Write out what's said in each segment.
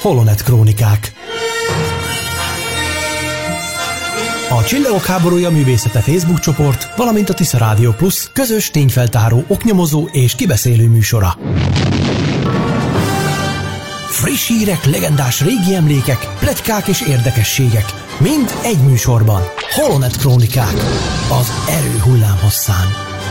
Holonet Krónikák. A Csillagok háborúja művészete Facebook csoport, valamint a Tisza Rádió Plus közös tényfeltáró, oknyomozó és kibeszélő műsora. Friss hírek, legendás régi emlékek, pletykák és érdekességek. Mind egy műsorban. Holonet Krónikák. Az erő hullámhosszán.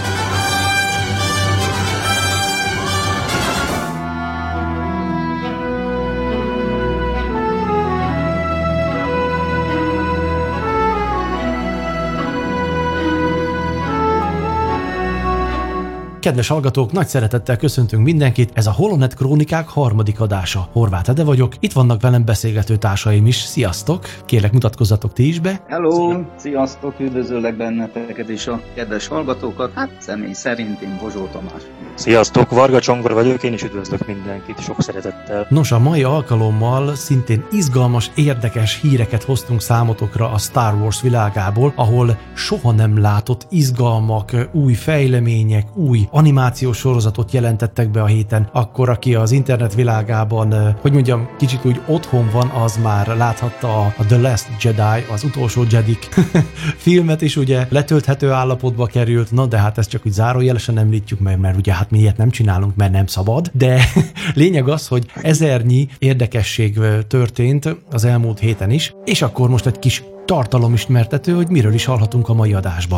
Kedves hallgatók, nagy szeretettel köszöntünk mindenkit, ez a Holonet Krónikák harmadik adása. Horváth Ede vagyok, itt vannak velem beszélgető társaim is. Sziasztok! Kérlek, mutatkozzatok ti is be. Hello! Sziasztok! Üdvözöllek benneteket és a kedves hallgatókat. Hát személy szerint én Bozsó Tamás. Sziasztok! Varga Csongor vagyok, én is üdvözlök mindenkit sok szeretettel. Nos, a mai alkalommal szintén izgalmas, érdekes híreket hoztunk számotokra a Star Wars világából, ahol soha nem látott izgalmak, új fejlemények, új animációs sorozatot jelentettek be a héten, akkor aki az internet világában, hogy mondjam, kicsit úgy otthon van, az már láthatta a The Last Jedi, az utolsó Jedik filmet is, ugye letölthető állapotba került, na de hát ezt csak úgy zárójelesen említjük meg, mert ugye hát mi ilyet nem csinálunk, mert nem szabad, de lényeg az, hogy ezernyi érdekesség történt az elmúlt héten is, és akkor most egy kis tartalomismertető, hogy miről is hallhatunk a mai adásban.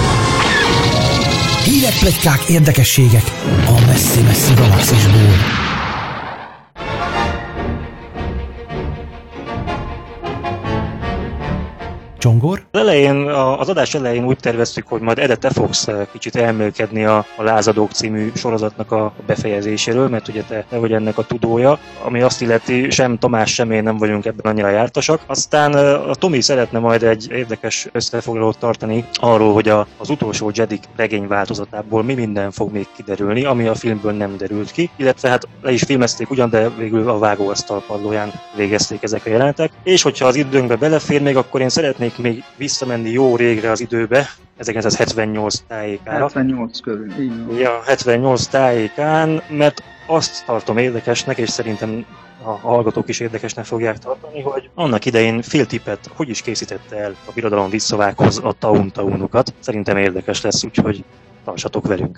Hírek, pletykák, érdekességek a messzi-messzi galaxisból. Csongor? Az adás elején úgy terveztük, hogy majd Ede, te fogsz kicsit elmélkedni a Lázadók című sorozatnak a befejezéséről, mert ugye te vagy ennek a tudója, ami azt illeti, sem Tamás, sem én nem vagyunk ebben annyira jártasak. Aztán a Tomi szeretne majd egy érdekes összefoglalót tartani arról, hogy az utolsó Jedik regény változatából mi minden fog még kiderülni, ami a filmből nem derült ki, illetve hát le is filmezték ugyan, de végül a vágóasztal padlóján végezték ezek a jelenetek. És hogyha az időnkbe belefér még, akkor én szeretnék még visszamenni jó régre az időbe, 1978 tájékára. 78 körül, így van. Ja, 78 tájékán, mert azt tartom érdekesnek, és szerintem a hallgatók is érdekesnek fogják tartani, hogy annak idején Phil Tippett hogy is készítette el a Birodalom visszavághoz a Taun-Taunokat. Szerintem érdekes lesz, úgyhogy tartsatok velünk!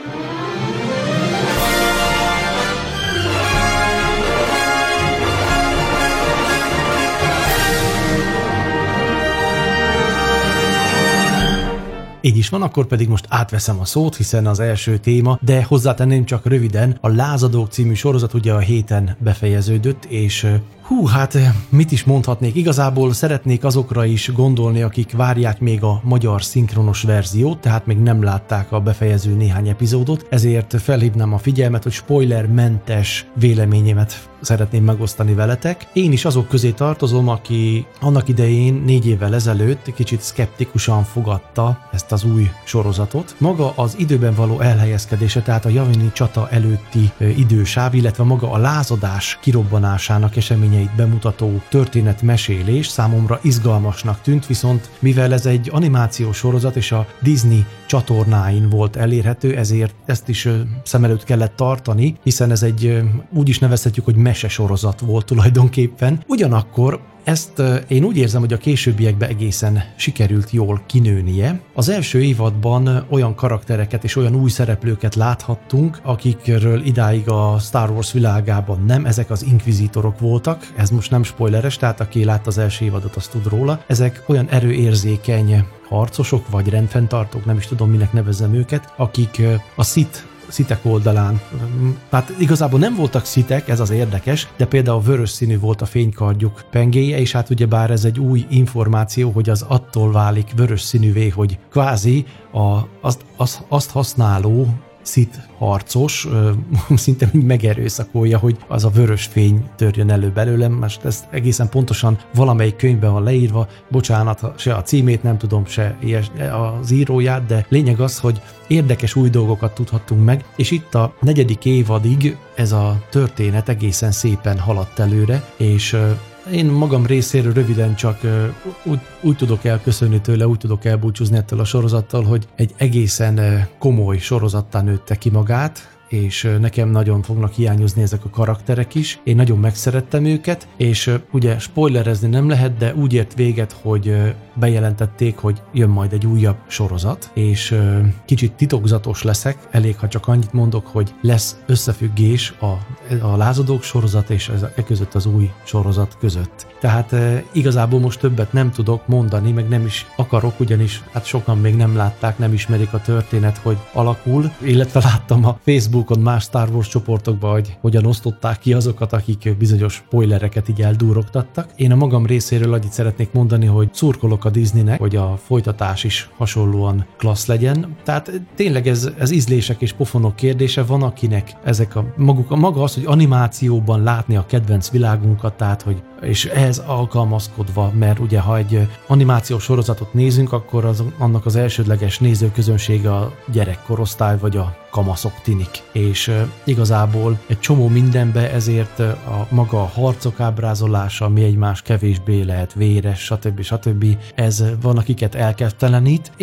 Így is van, akkor pedig most átveszem a szót, hiszen az első téma, de hozzátenném csak röviden, a Lázadók című sorozat ugye a héten befejeződött, és hát mit is mondhatnék, igazából szeretnék azokra is gondolni, akik várják még a magyar szinkronos verziót, tehát még nem látták a befejező néhány epizódot, ezért felhívnám a figyelmet, hogy spoilermentes véleményemet szeretném megosztani veletek. Én is azok közé tartozom, aki annak idején 4 évvel ezelőtt kicsit szkeptikusan fogadta ezt az új sorozatot. Maga az időben való elhelyezkedése, tehát a Yavini csata előtti idősáv, illetve maga a lázadás kirobbanásának eseményeit bemutató történetmesélés számomra izgalmasnak tűnt, viszont mivel ez egy animációs sorozat és a Disney csatornáin volt elérhető, ezért ezt is szem előtt kellett tartani, hiszen ez egy úgy is nevezhetjük, hogy mesesorozat volt tulajdonképpen. Ugyanakkor ezt én úgy érzem, hogy a későbbiekben egészen sikerült jól kinőnie. Az első évadban olyan karaktereket és olyan új szereplőket láthattunk, akikről idáig a Star Wars világában nem, ezek az inkvizitorok voltak, ez most nem spoileres, tehát aki látta az első évadot, az tud róla. Ezek olyan erőérzékeny harcosok, vagy rendfenntartók, nem is tudom, minek nevezzem őket, akik a szitek oldalán. Hát igazából nem voltak szitek, ez az érdekes, de például vörös színű volt a fénykardjuk pengéje, és hát ugyebár ez egy új információ, hogy az attól válik vörös színűvé, hogy kvázi azt használó Sith harcos szinte megerőszakolja, hogy az a vörös fény törjön elő belőlem. Most ez egészen pontosan valamelyik könyvben van leírva, bocsánat, se a címét nem tudom, se az íróját, de lényeg az, hogy érdekes új dolgokat tudhattunk meg, és itt a 4. évadig ez a történet egészen szépen haladt előre, és én magam részéről röviden csak úgy tudok elköszönni tőle, úgy tudok elbúcsúzni ettől a sorozattal, hogy egy egészen komoly sorozattá nőtte ki magát, és nekem nagyon fognak hiányozni ezek a karakterek is. Én nagyon megszerettem őket, és ugye spoilerezni nem lehet, de úgy ért véget, hogy bejelentették, hogy jön majd egy újabb sorozat, és kicsit titokzatos leszek, elég ha csak annyit mondok, hogy lesz összefüggés a Lázadók sorozat és között az új sorozat között. Tehát igazából most többet nem tudok mondani, meg nem is akarok, ugyanis hát sokan még nem látták, nem ismerik a történet, hogy alakul, illetve láttam a Facebookon más Star Wars csoportokban, hogy hogyan osztották ki azokat, akik bizonyos spoilereket így eldúrogtattak. Én a magam részéről annyit szeretnék mondani, hogy szurkolok a Disneynek, hogy a folytatás is hasonlóan klassz legyen. Tehát tényleg ez ízlések és pofonok kérdése, van akinek ezek maga az, hogy animációban látni a kedvenc világunkat, tehát hogy és ehhez alkalmazkodva, mert ugye ha egy animációs sorozatot nézünk, akkor annak az elsődleges nézőközönsége a gyerekkorosztály vagy a kamaszok, tinik. És igazából egy csomó mindenbe ezért maga a harcok ábrázolása, ami egymás kevésbé lehet véres, stb. Ez van, akiket elkedvetelenít.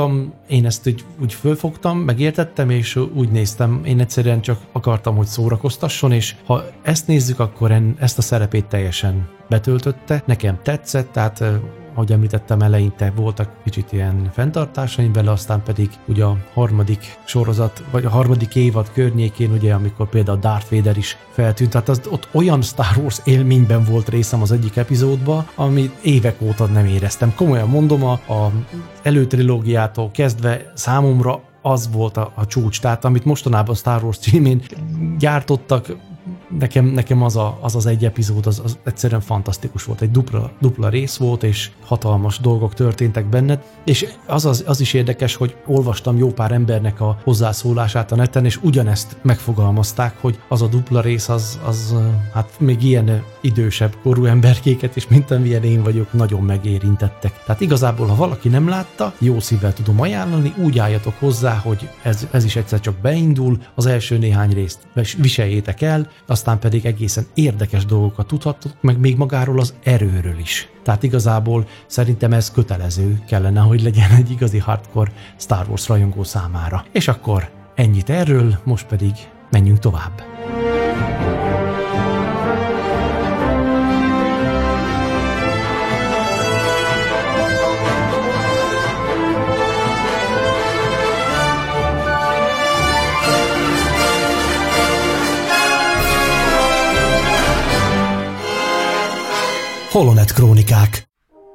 Én ezt úgy fölfogtam, megértettem, és úgy néztem, én egyszerűen csak akartam, hogy szórakoztasson, és ha ezt nézzük, akkor ezt a szerepét teljesen betöltötte. Nekem tetszett, tehát ahogy említettem, eleinte voltak kicsit ilyen fenntartásaim vele, aztán pedig ugye a harmadik sorozat, vagy a harmadik évad környékén, ugye, amikor például Darth Vader is feltűnt, tehát ott olyan Star Wars élményben volt részem az egyik epizódban, amit évek óta nem éreztem. Komolyan mondom, a előtrilógiától kezdve számomra az volt a csúcs, tehát amit mostanában Star Wars címén gyártottak, nekem az egy epizód, az egyszerűen fantasztikus volt. Egy dupla rész volt, és hatalmas dolgok történtek benned, és az is érdekes, hogy olvastam jó pár embernek a hozzászólását a neten, és ugyanezt megfogalmazták, hogy az a dupla rész, az hát még ilyen idősebb korú emberkéket, és mint amilyen én vagyok, nagyon megérintettek. Tehát igazából, ha valaki nem látta, jó szívvel tudom ajánlani, úgy álljatok hozzá, hogy ez is egyszer csak beindul, az első néhány részt viseljétek el, aztán pedig egészen érdekes dolgokat tudhattok, meg még magáról az erőről is. Tehát igazából szerintem ez kötelező kellene, hogy legyen egy igazi hardcore Star Wars rajongó számára. És akkor ennyit erről, most pedig menjünk tovább. Holonet Krónikák.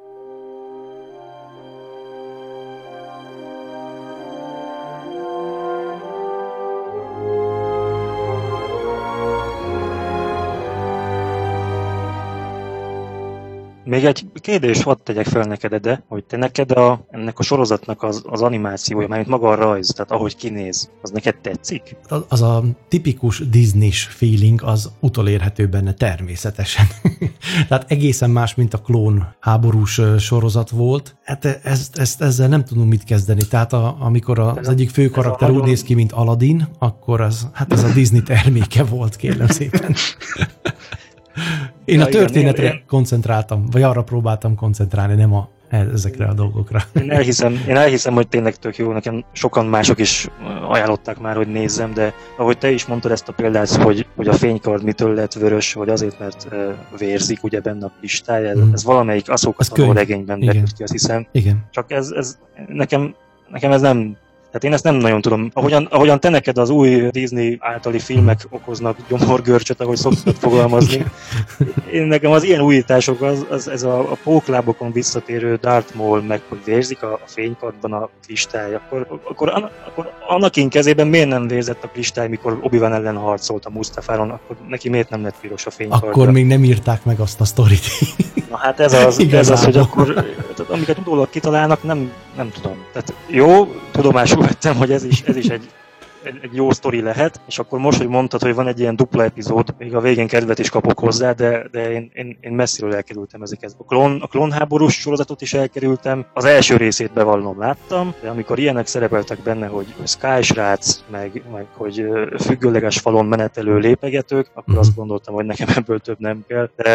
Még egy kérdés hadd tegyek fel neked, de hogy te neked ennek a sorozatnak az animációja, mármint maga a rajz, tehát ahogy kinéz, az neked tetszik? Az a tipikus Disney-s feeling az utolérhető benne természetesen. Tehát egészen más, mint a klón háborús sorozat volt. Hát ezzel nem tudunk mit kezdeni. Tehát amikor az egyik fő karakter úgy néz ki, mint Aladdin, akkor ez a Disney terméke volt, kérlem szépen. Én a történetre koncentráltam, vagy arra próbáltam koncentrálni, nem ezekre a dolgokra. Én elhiszem, hogy tényleg tök jó, nekem sokan mások is ajánlották már, hogy nézzem, de ahogy te is mondtad ezt a példát, hogy a fénykard mitől lett vörös, vagy azért, mert vérzik ugye benne a kristály, ez valamelyik Ahsoka regényben derült ki, azt hiszem. Igen. Csak ez nekem ez nem. Tehát én ezt nem nagyon tudom. Ahogyan te neked az új Disney általi filmek okoznak gyomorgörcsöt, ahogy szoktad fogalmazni. Nekem az ilyen újítások, ez a póklábokon visszatérő Darth Maul, meg hogy vérzik a fénykardban a kristály, akkor Anakin kezében miért nem vérzett a kristály, mikor Obi-Wan ellen harcolt a Mustafáron, akkor neki miért nem lett piros a fénykardja? Akkor még nem írták meg azt a sztorit. Na hát ez az, hogy akkor, amiket utólag kitalálnak, nem tudom. Tehát jó, tudomásul vettem, hogy ez is egy jó sztori lehet, és akkor most, hogy mondtad, hogy van egy ilyen dupla epizód, még a végén kedvet is kapok hozzá, de én messziről elkerültem ezeket. A klónháborús sorozatot is elkerültem, az első részét bevallom láttam, de amikor ilyenek szerepeltek benne, hogy Sky srác, meg hogy függőleges falon menetelő lépegetők, akkor azt gondoltam, hogy nekem ebből több nem kell, de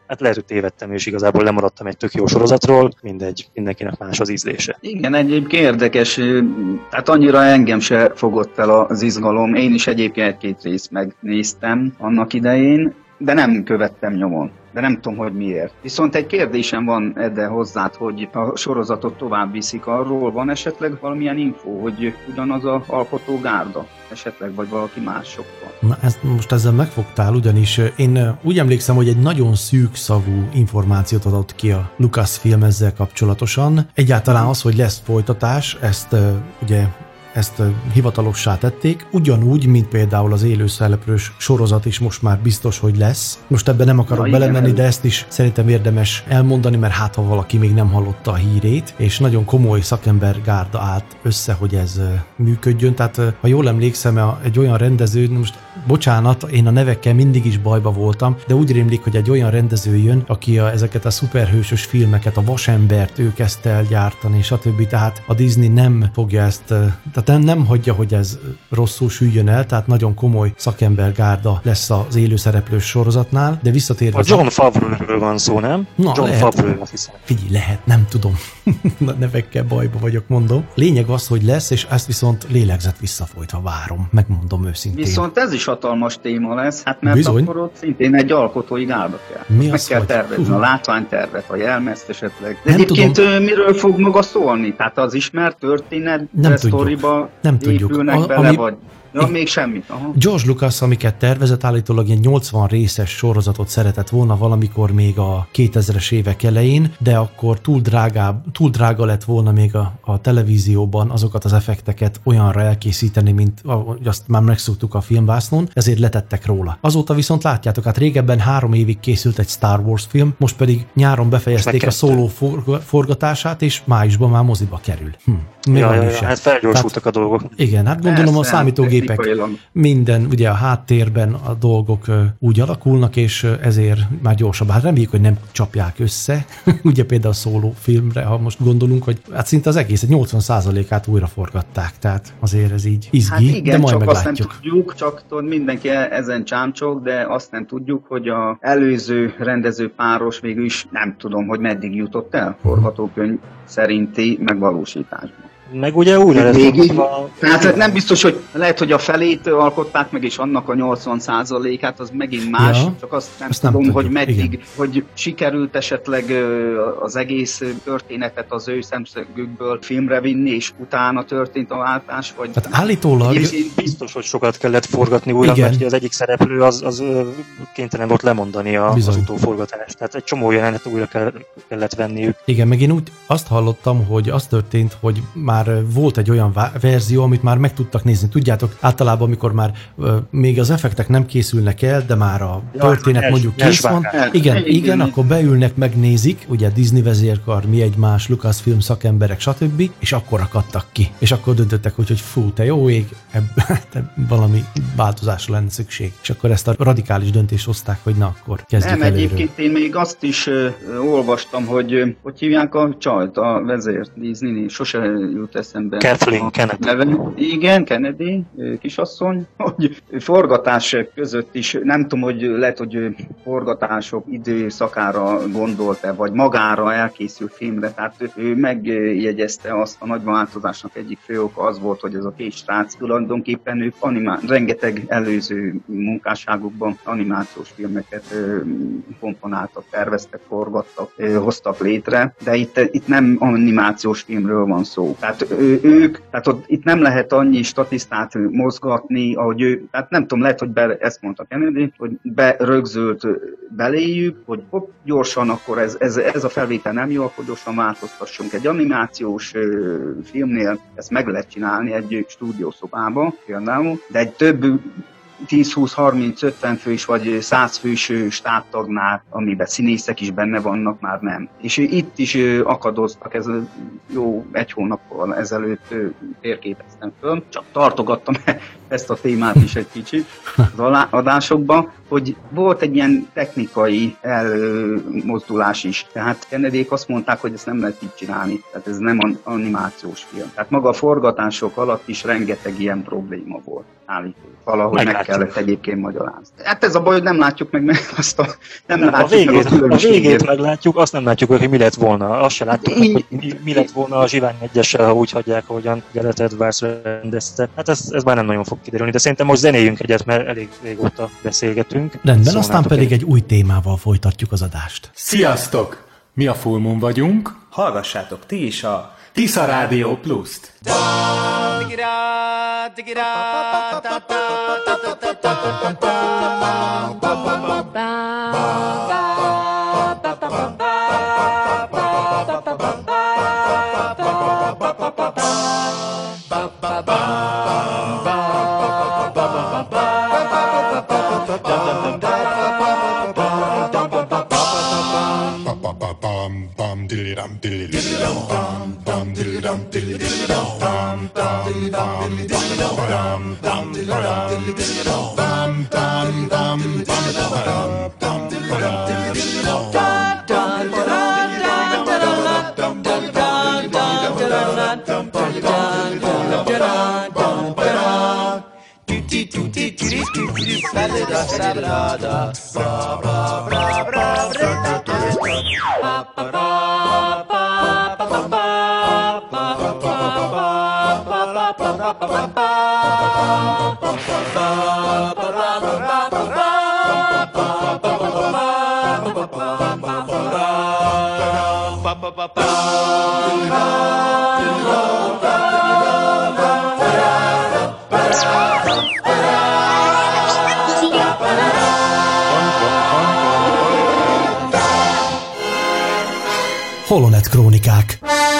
Hát lehet, hogy tévedtem, és igazából lemaradtam egy tök jó sorozatról, mindegy, mindenkinek más az ízlése. Igen, egyébként érdekes, tehát annyira engem se fogott el az izgalom. Én is egyébként egy-két részt megnéztem annak idején, de nem követtem nyomon. De nem tudom, hogy miért. Viszont egy kérdésem van Ede hozzád, hogy a sorozatot tovább viszik, arról van esetleg valamilyen infó, hogy ugyanaz az alkotó gárda esetleg, vagy valaki más sokkal? Na, most ezzel megfogtál, ugyanis én úgy emlékszem, hogy egy nagyon szűk szavú információt adott ki a Lucasfilm ezzel kapcsolatosan. Egyáltalán az, hogy lesz folytatás, ezt hivatalossá tették, ugyanúgy, mint például az élőszereplős sorozat is most már biztos, hogy lesz. Most ebben nem akarok belemenni, de ezt is szerintem érdemes elmondani, mert hát ha valaki még nem hallotta a hírét, és nagyon komoly szakember gárda állt össze, hogy ez működjön. Tehát ha jól emlékszem, egy olyan rendező, most bocsánat, én a nevekkel mindig is bajba voltam, de úgy rémlik, hogy egy olyan rendező jön, aki ezeket a szuperhősös filmeket, a Vasembert ő kezdte el gyártani, stb. Tehát a Disney nem fogja ezt, tehát nem hagyja, hogy ez rosszul süljön el, tehát nagyon komoly szakembergárda lesz az élőszereplős sorozatnál, de visszatérve... A John Favreau-ről van szó, nem? Na, John Favreau, azt hiszem. Figyelj, lehet, nem tudom. Nevekkel bajba vagyok, mondom. Lényeg az, hogy lesz, és ezt viszont lélegzet visszafolytva várom, megmondom őszintén. Viszont ez is hatalmas téma lesz, hát mert Bizony. akkor ott szintén egy alkotói gárda kell. Mi meg az, kell hogy? tervezni a látványtervet, vagy elmezt esetleg. De Nem egyébként tudom. Miről fog maga szólni? Tehát az ismert történet, Nem sztoriba Nem tudjuk. épülnek bele, vagy... Ja, még semmit. Aha. George Lucas, amiket tervezett, állítólag ilyen 80 részes sorozatot szeretett volna valamikor még a 2000-es évek elején, de akkor túl drága lett volna még a televízióban azokat az effekteket olyanra elkészíteni, mint azt már megszoktuk a filmvásznon, ezért letettek róla. Azóta viszont látjátok, hát régebben 3 évig készült egy Star Wars film, most pedig nyáron befejezték a Solo forgatását, és májusban már moziba kerül. Hát felgyorsultak a dolgok. Igen, hát gondolom a számítógépek minden, ugye a háttérben a dolgok úgy alakulnak, és ezért már gyorsabb. Hát reméljük, hogy nem csapják össze. Ugye például a Solo filmre, ha most gondolunk, hogy hát szinte az egész, 80%-át újra forgatták, tehát azért ez így izgi, hát igen, de majd csak meglátjuk. Azt nem tudjuk, csak mindenki ezen csámcsog, de azt nem tudjuk, hogy az előző rendező páros végül is nem tudom, hogy meddig jutott el forgatókönyv szerinti megvalósításban. Meg ugye újra lesz tehát nem biztos, hogy lehet, hogy a felét alkották meg, és annak a 80%-át, az megint más, csak azt nem tudom, hogy meddig, hogy sikerült esetleg az egész történetet az ő szemszögükből filmre vinni, és utána történt a váltás, vagy... Hát állítólag... Biztos, hogy sokat kellett forgatni újra, igen. Mert az egyik szereplő az kénytelen volt lemondani az utóforgatást. Tehát egy csomó jelenet újra kellett venniük. Igen, meg én úgy azt hallottam, hogy az történt, hogy már volt egy olyan verzió, amit már meg tudtak nézni. Tudjátok, általában, amikor már még az effektek nem készülnek el, de már a történet mondjuk kész van. Igen, akkor beülnek, megnézik, ugye Disney vezérkar, mi egymás, Lucasfilm szakemberek, stb. És akkor akadtak ki. És akkor döntöttek úgy, hogy fú, te jó ég, valami változásra lenne szükség. És akkor ezt a radikális döntést hozták, hogy na, akkor kezdjük előről. Egyébként én még azt is olvastam, hogy hívják a csajt, a vezért Disney-nél, sose jut eszembe. Kathleen Kennedy. Igen, Kennedy, kisasszony, hogy forgatás között is, nem tudom, hogy lehet, hogy forgatások időszakára gondolt-e, vagy magára elkészült filmre, tehát ő megjegyezte azt, a nagy változásnak egyik fő oka az volt, hogy ez a két srác tulajdonképpen ők rengeteg előző munkásságukban animációs filmeket komponáltak, terveztek, forgattak, hoztak létre, de itt nem animációs filmről van szó. Tehát tehát itt nem lehet annyi statisztát mozgatni, ahogy ő, tehát nem tudom, lehet, hogy ezt mondta Kennedy, hogy berögzült beléjük, hogy hopp, gyorsan akkor ez a felvétel nem jó, akkor gyorsan változtassunk. Egy animációs filmnél ezt meg lehet csinálni egy stúdiószobába például, de egy több 10-20-30-50 fős vagy 100 fős stábtagnál, amiben színészek is benne vannak, már nem. És itt is akadoztak, ez jó 1 hónappal ezelőtt térképeztem föl, csak tartogattam ezt a témát is egy kicsit az adásokban, hogy volt egy ilyen technikai elmozdulás is. Tehát Kennedyék azt mondták, hogy ezt nem lehet így csinálni, tehát ez nem animációs film. Tehát maga a forgatások alatt is rengeteg ilyen probléma volt. állító. Valahogy meg kellett egyébként magyarázni. Hát ez a baj, hogy nem látjuk meg azt a végét meglátjuk, azt nem látjuk, hogy mi lett volna. Azt se látjuk, hogy mi lett volna a Zsivány 1-essel, ha úgy hagyják, ahogyan Gareth Edwards rendezte. Hát ez már nem nagyon fog kiderülni, de szerintem most zenéljünk egyet, mert elég régóta beszélgetünk. Rendben, aztán pedig egy új témával folytatjuk az adást. Sziasztok! Mi a Full Moon vagyunk. Hallgassátok ti is a Tisza Rádió Pluszt. Holonet Krónikák.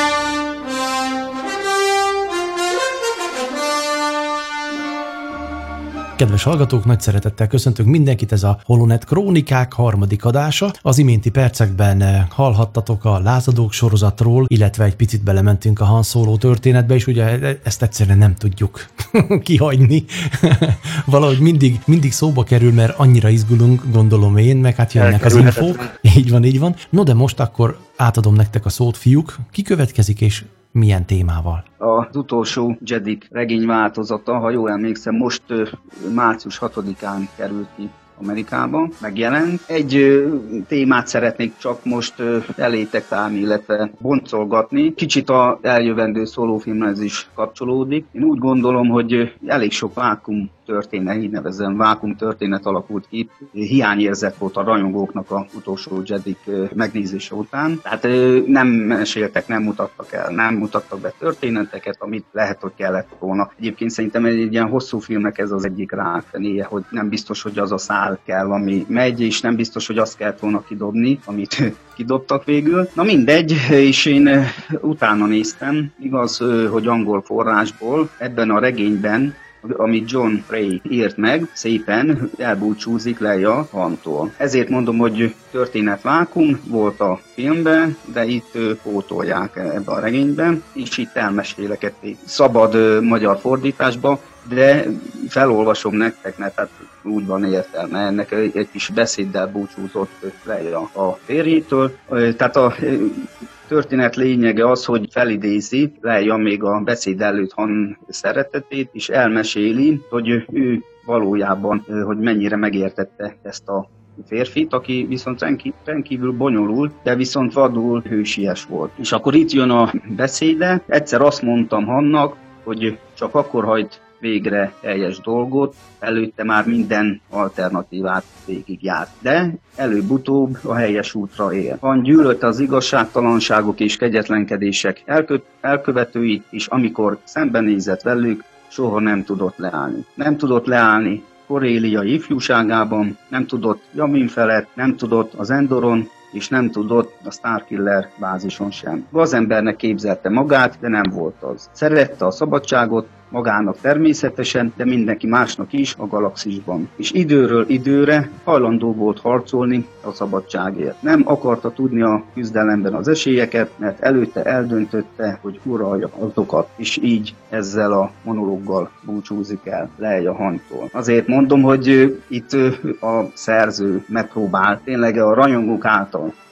Kedves hallgatók, nagy szeretettel köszöntök mindenkit, ez a Holonet Krónikák harmadik adása. Az iménti percekben hallhattatok a Lázadók sorozatról, illetve egy picit belementünk a Han Solo történetbe, és ugye ezt egyszerűen nem tudjuk kihagyni. Valahogy mindig szóba kerül, mert annyira izgulunk, gondolom én, meg hát jönnek az infók. Így van. No, de most akkor átadom nektek a szót, fiúk. Ki következik, és milyen témával? Az utolsó Jedik regény változata, ha jól emlékszem, most március 6-án került ki Amerikába, megjelent. Egy témát szeretnék csak most elétek tárni, illetve boncolgatni. Kicsit az eljövendő szólófilmhez is kapcsolódik. Én úgy gondolom, hogy elég sok vákum történet, így nevezem, vákum történet alakult ki. Hiányérzet volt a rajongóknak a utolsó Jedik megnézése után. Tehát nem meséltek, nem mutattak be történeteket, amit lehet, hogy kellett volna. Egyébként szerintem egy ilyen hosszú filmnek ez az egyik ráfenéje, hogy nem biztos, hogy az a szál kell, ami megy, és nem biztos, hogy azt kellett volna kidobni, amit kidobtak végül. Na mindegy, és én utána néztem, igaz, hogy angol forrásból, ebben a regényben, amit John Ray írt meg, szépen elbúcsúzik Leia Hantól. Ezért mondom, hogy történetvákum volt a filmben, de itt pótolják ebbe a regényben, és itt elmesélek egy szabad magyar fordításba, de felolvasom nektek, mert hát úgy van értelme. Ennek egy kis beszéddel búcsúzott Leia a férjétől. Tehát a történet lényege az, hogy felidézi Leia még a beszéd előtt Han szeretetét, és elmeséli, hogy ő valójában, hogy mennyire megértette ezt a férfit, aki viszont rendkívül bonyolult, de viszont vadul hősies volt. És akkor itt jön a beszéde. Egyszer azt mondtam Hannak, hogy csak akkor hajt végre teljes dolgot, előtte már minden alternatívát végigjárt. De előbb-utóbb a helyes útra ér. Han gyűlölte az igazságtalanságok és kegyetlenkedések elkövetőit, és amikor szembenézett velük, soha nem tudott leállni. Nem tudott leállni Korélia ifjúságában, nem tudott Jamin felett, nem tudott az Endoron, és nem tudott a Starkiller bázison sem. Gazembernek képzelte magát, de nem volt az. Szerette a szabadságot, magának természetesen, de mindenki másnak is a galaxisban. És időről időre hajlandó volt harcolni a szabadságért. Nem akarta tudni a küzdelemben az esélyeket, mert előtte eldöntötte, hogy uralja azokat. És így ezzel a monológgal búcsúzik el Leia Hantól. Azért mondom, hogy itt a szerző megpróbál tényleg a rajongók által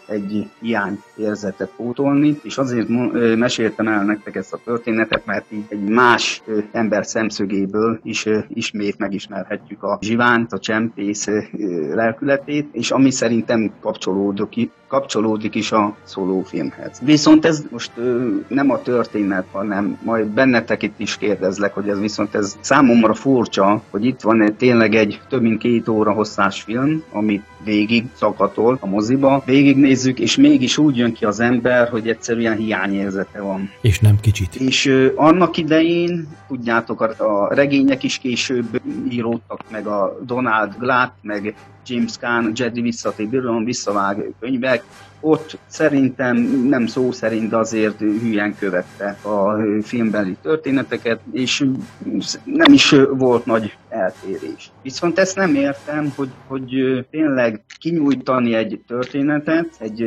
egy hiányérzetet pótolni, és azért meséltem el nektek ezt a történetet, mert így egy más ember szemszögéből is ismét megismerhetjük a zsiványt, a csempész lelkületét, és ami szerintem kapcsolódik is a szólófilmhez. Viszont ez most nem a történet, hanem majd bennetek itt is kérdezlek, hogy ez számomra furcsa, hogy itt van tényleg egy több mint 2 óra hosszás film, amit végig szakatol a moziba, végignézzük, és mégis úgy jön ki az ember, hogy egyszerűen hiányérzete van. És nem kicsit. És annak idején, tudjátok, a regények is később íródtak, meg a Donald Glatt, meg James Caan, Jedi visszatér, Birodalom visszavág könyvek, ott szerintem nem szó szerint, de azért hülyen követte a filmbeli történeteket, és nem is volt nagy eltérés. Viszont ezt nem értem, hogy tényleg kinyújtani egy történetet, egy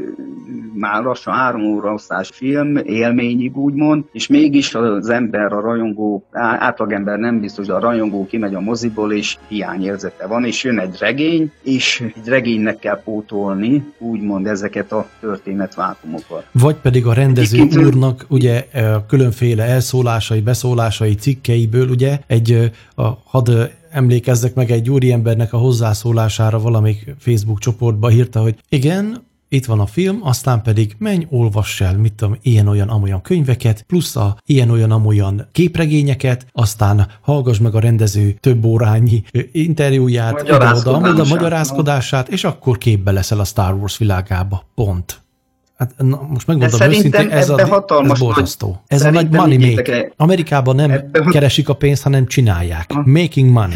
már lassan 3 óra hosszás film, élményig úgymond, és mégis az ember, a rajongó, átlagember nem biztos, de a rajongó kimegy a moziból, és hiányérzete van, és jön egy regény, és egy regénynek kell pótolni, úgymond ezeket a történetvákumokat. Vagy pedig a rendező úrnak ugye különféle elszólásai, beszólásai, cikkeiből ugye hadd emlékezzek meg egy úriembernek a hozzászólására valamelyik Facebook csoportba írta, hogy igen, itt van a film, aztán pedig menj, olvass el, mit tudom, ilyen-olyan-amolyan könyveket, plusz a ilyen-olyan-amolyan képregényeket, aztán hallgass meg a rendező több órányi interjúját, ide-oda, magyarázkodását, és akkor képbe leszel a Star Wars világába. Pont. Hát, most megmondom őszintén, ez borzasztó. Ez a nagy money make. Amerikában nem keresik a pénzt, hanem csinálják. Making money.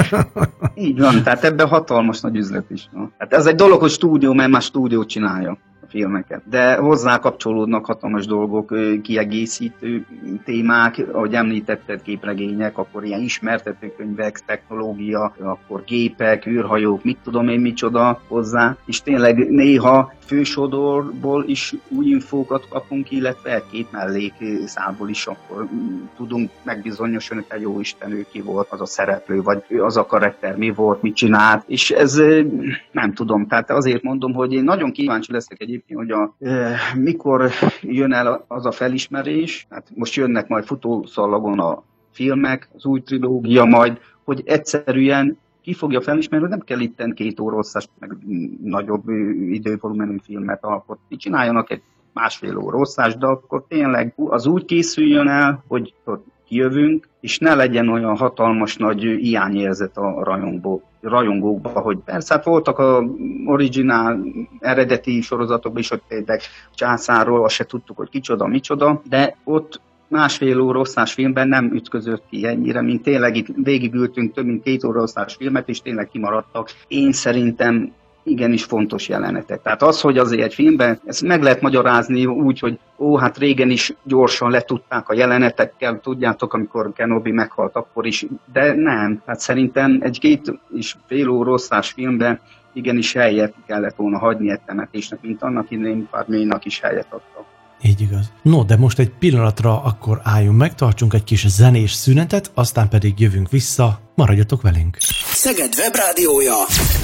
Így van, tehát ebben hatalmas nagy üzlet is van. Hát ez egy dolog, hogy stúdió, mert már stúdió csinálja a filmeket. De hozzá kapcsolódnak hatalmas dolgok, kiegészítő témák, ahogy említetted, képregények, akkor ilyen ismertetőkönyvek, technológia, akkor gépek, űrhajók, mit tudom én micsoda hozzá, és tényleg néha fősodorból is új infókat kapunk, illetve 2 mellékszálból is akkor tudunk megbizonyosodni, hogy jó Isten, ő ki volt az a szereplő, vagy az a karakter mi volt, mit csinált, és ez nem tudom, tehát azért mondom, hogy én nagyon kíváncsi leszek egyébként, hogy mikor jön el az a felismerés, hát most jönnek majd futószalagon a filmek, az új trilógia majd, hogy egyszerűen ki fogja felismerni, hogy nem kell itten 2 óra hosszas, meg nagyobb idővolumenű filmet alkotni. Csináljanak egy 1,5 óra hosszás, de akkor tényleg az úgy készüljön el, hogy kijövünk, és ne legyen olyan hatalmas nagy hiányérzet a rajongókban, hogy persze hát voltak a originál eredeti sorozatokban is, hogy tényleg császárról azt se tudtuk, hogy kicsoda, micsoda, de ott 1,5 óra hosszás filmben nem ütközött ki ennyire, mint tényleg itt végigültünk több mint 2 óra hosszás filmet, és tényleg kimaradtak. Én szerintem igenis fontos jelenetek. Tehát az, hogy azért egy filmben ezt meg lehet magyarázni úgy, hogy hát régen is gyorsan letudták a jelenetekkel, tudjátok, amikor Kenobi meghalt akkor is, de nem. Hát szerintem egy 2,5 óra hosszás filmben igenis helyet kellett volna hagyni egy temetésnek, mint annak idején Padménak is helyet adtak. Így igaz. No, de most egy pillanatra akkor álljunk meg, tartsunk egy kis zenés szünetet, aztán pedig jövünk vissza. Maradjatok velünk! Szeged Webrádiója!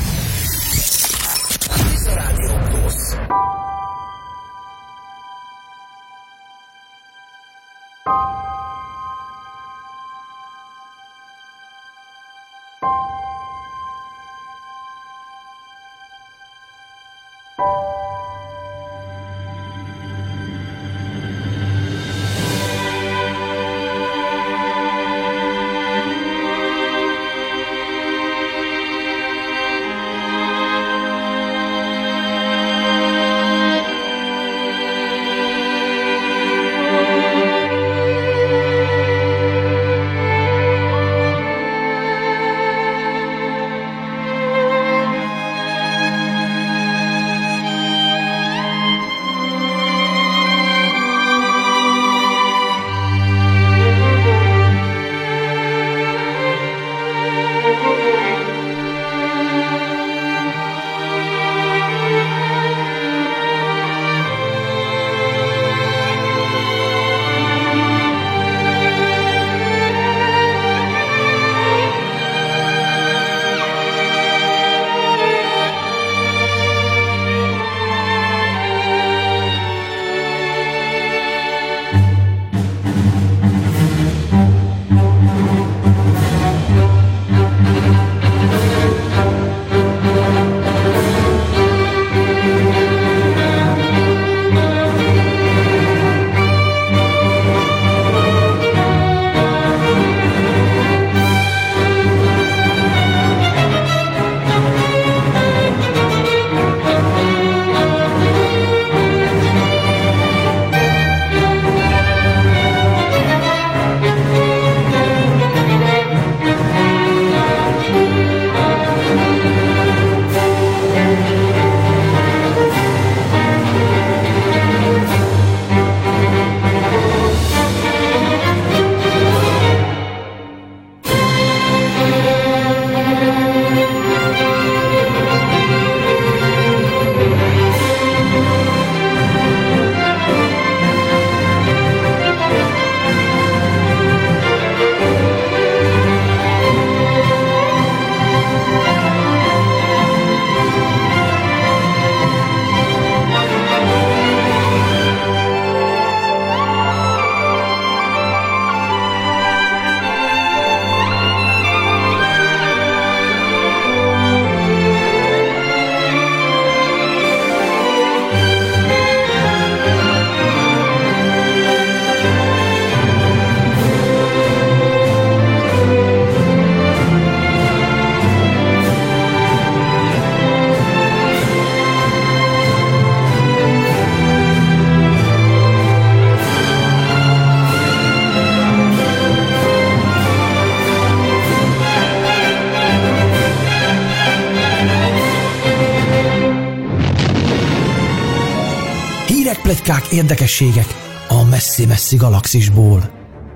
Rádió Plusz. Hírek, pletykák, érdekességek a messzi-messzi galaxisból.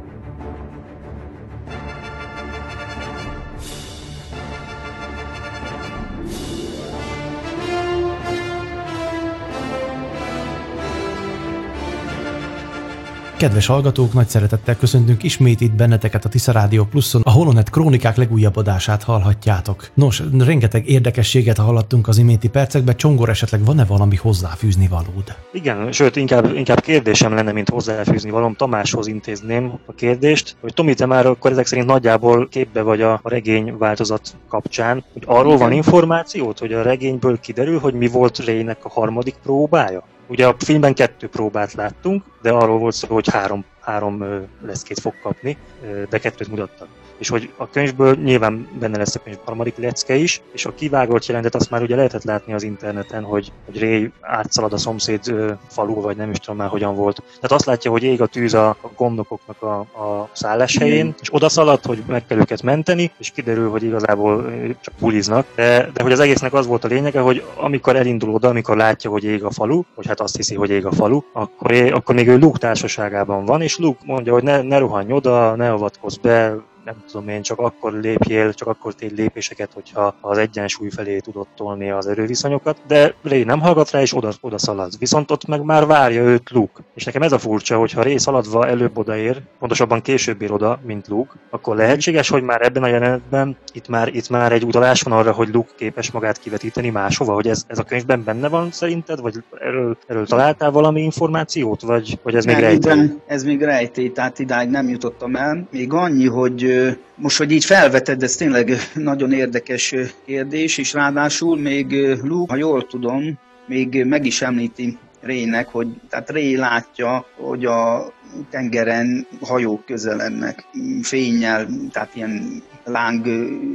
Kedves hallgatók, nagy szeretettel köszöntünk ismét itt benneteket a Tisza Rádió Pluszon. A Holonet Krónikák legújabb adását hallhatjátok. Nos, rengeteg érdekességet hallhattunk az iménti percekben. Csongor, esetleg van-e valami hozzáfűzni valód? Igen, sőt, inkább kérdésem lenne, mint hozzáfűzni valóm. Tamáshoz intézném a kérdést, hogy Tomi, te már akkor ezek szerint nagyjából képbe vagy a regény változat kapcsán, hogy arról van információt, hogy a regényből kiderül, hogy mi volt Reynek a harmadik próbája? Ugye a filmben 2 próbát láttunk, de arról volt szó, hogy három leckét fog kapni, de 2-t mutattak. És hogy a könyvből nyilván benne lesz a könyv harmadik lecke is, és a kivágott jelentet azt már ugye lehetett látni az interneten, hogy Rey átszalad a szomszéd falu, vagy nem is tudom már hogyan volt. Tehát azt látja, hogy ég a tűz a gondnokoknak a szálláshelyén, és odaszalad, hogy meg kell őket menteni, és kiderül, hogy igazából csak buliznak. De hogy az egésznek az volt a lényege, hogy amikor elindul oda, amikor látja, hogy ég a falu, vagy hát azt hiszi, hogy ég a falu, akkor még ő Luke társaságában van, és Luke mondja, hogy ne rohanj oda, ne avatkozz be, nem tudom én, csak akkor lépjél, csak akkor tégy lépéseket, hogyha az egyensúly felé tudod tolni az erőviszonyokat, de Rey nem hallgat rá, és oda szalad. Viszont ott meg már várja őt Luke. És nekem ez a furcsa, hogyha Rey szaladva előbb odaér, pontosabban később ér oda, mint Luke, akkor lehetséges, hogy már ebben a jelenetben itt már egy utalás van arra, hogy Luke képes magát kivetíteni máshova, hogy ez a könyvben benne van szerinted, vagy erről találtál valami információt, vagy ez még rejtély? Ez még rejtély, tehát idáig nem jutottam el. Még annyi, hogy most, hogy így felveted, ez tényleg nagyon érdekes kérdés, és ráadásul még Luke, ha jól tudom, még meg is említi Reynek, hogy tehát Rey látja, hogy a tengeren hajók közelednek, fénnyel, tehát ilyen láng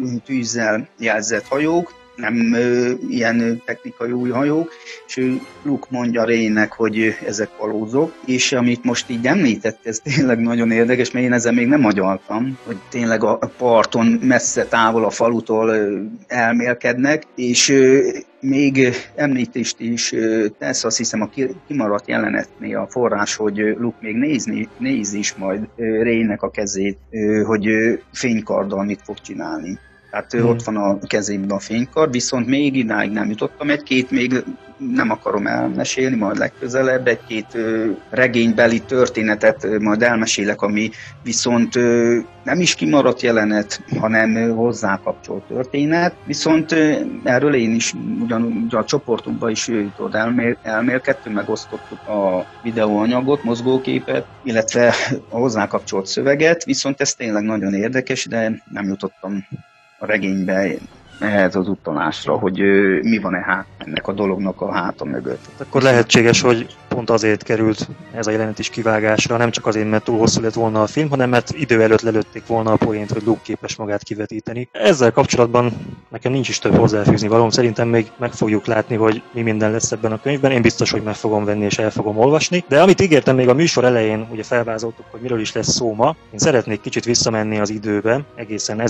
tűzzel jelzett hajók, nem ilyen technikai új hajók, és Luke mondja Reynek, hogy ezek valózok, és amit most így említett, ez tényleg nagyon érdekes, mert én ezzel még nem agyaltam, hogy tényleg a parton messze távol a falutól elmélkednek, és még említést is tesz, azt hiszem a kimaradt jelenetnél a forrás, hogy Luke még nézi is majd Reynek a kezét, hogy fénykarddal mit fog csinálni. Tehát ott van a kezében a fénykard, viszont még idáig nem jutottam, egy-két még nem akarom elmesélni, majd legközelebb egy-két regénybeli történetet majd elmesélek, ami viszont nem is kimaradt jelenet, hanem hozzá kapcsolt történet, viszont erről én is ugyan a csoportunkban is elmélkedtünk, megosztottuk a videóanyagot, mozgóképet, illetve a hozzá kapcsolt szöveget, viszont ez tényleg nagyon érdekes, de nem jutottam a regénybe ehhez az utalásra, hogy mi van-e ennek a dolognak a háta mögött. Akkor lehetséges, hogy pont azért került ez a jelenet is kivágásra, nem csak azért, mert túl hosszú lett volna a film, hanem mert idő előtt lelőtték volna a poént, hogy Luke képes magát kivetíteni. Ezzel kapcsolatban nekem nincs is több hozzáfűzni valóm, szerintem még meg fogjuk látni, hogy mi minden lesz ebben a könyvben. Én biztos, hogy meg fogom venni és el fogom olvasni. De amit ígértem még a műsor elején, ugye felvázoltuk, hogy miről is lesz szó ma. Én szeretnék kicsit visszamenni az időbe, egészen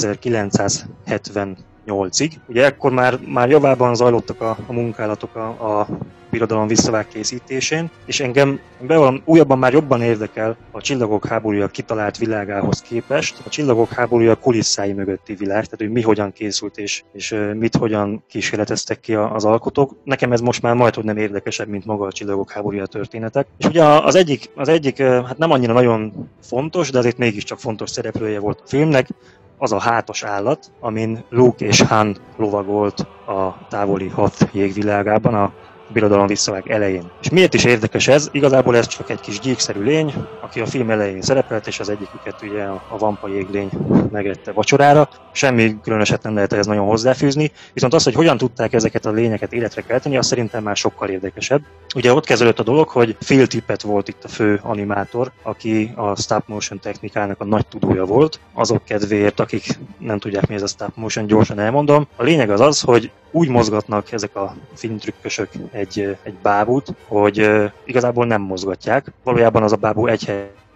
1978-ig. Ugye ekkor már javában zajlottak a munkálatok a birodalom visszavág készítésén, és engem újabban már jobban érdekel a Csillagok háborúja kitalált világához képest, a Csillagok háborúja kulisszái mögötti világ, tehát hogy mi hogyan készült és mit hogyan kísérleteztek ki az alkotók. Nekem ez most már majdhogy nem érdekesebb, mint maga a Csillagok háborúja történetek. És ugye az egyik hát nem annyira nagyon fontos, de azért mégiscsak fontos szereplője volt a filmnek, az a hátos állat, amin Luke és Han lovagolt a távoli Hoth jégvilágában, a birodalom visszavág elején. És miért is érdekes ez? Igazából ez csak egy kis gyíkszerű lény, aki a film elején szerepelt, és az egyiküket ugye a vampa jéglény megette vacsorára. Semmi különöset nem lehet ehhez nagyon hozzáfűzni, viszont az, hogy hogyan tudták ezeket a lényeket életre kelteni, az szerintem már sokkal érdekesebb. Ugye ott kezdődött a dolog, hogy Phil Tippett volt itt a fő animátor, aki a stop motion technikának a nagy tudója volt. Azok kedvéért, akik nem tudják, mi ez a stop motion, gyorsan elmondom. A lényeg az, hogy úgy mozgatnak ezek a filmtrükkösök egy bábút, hogy igazából nem mozgatják. Valójában az a bábú egy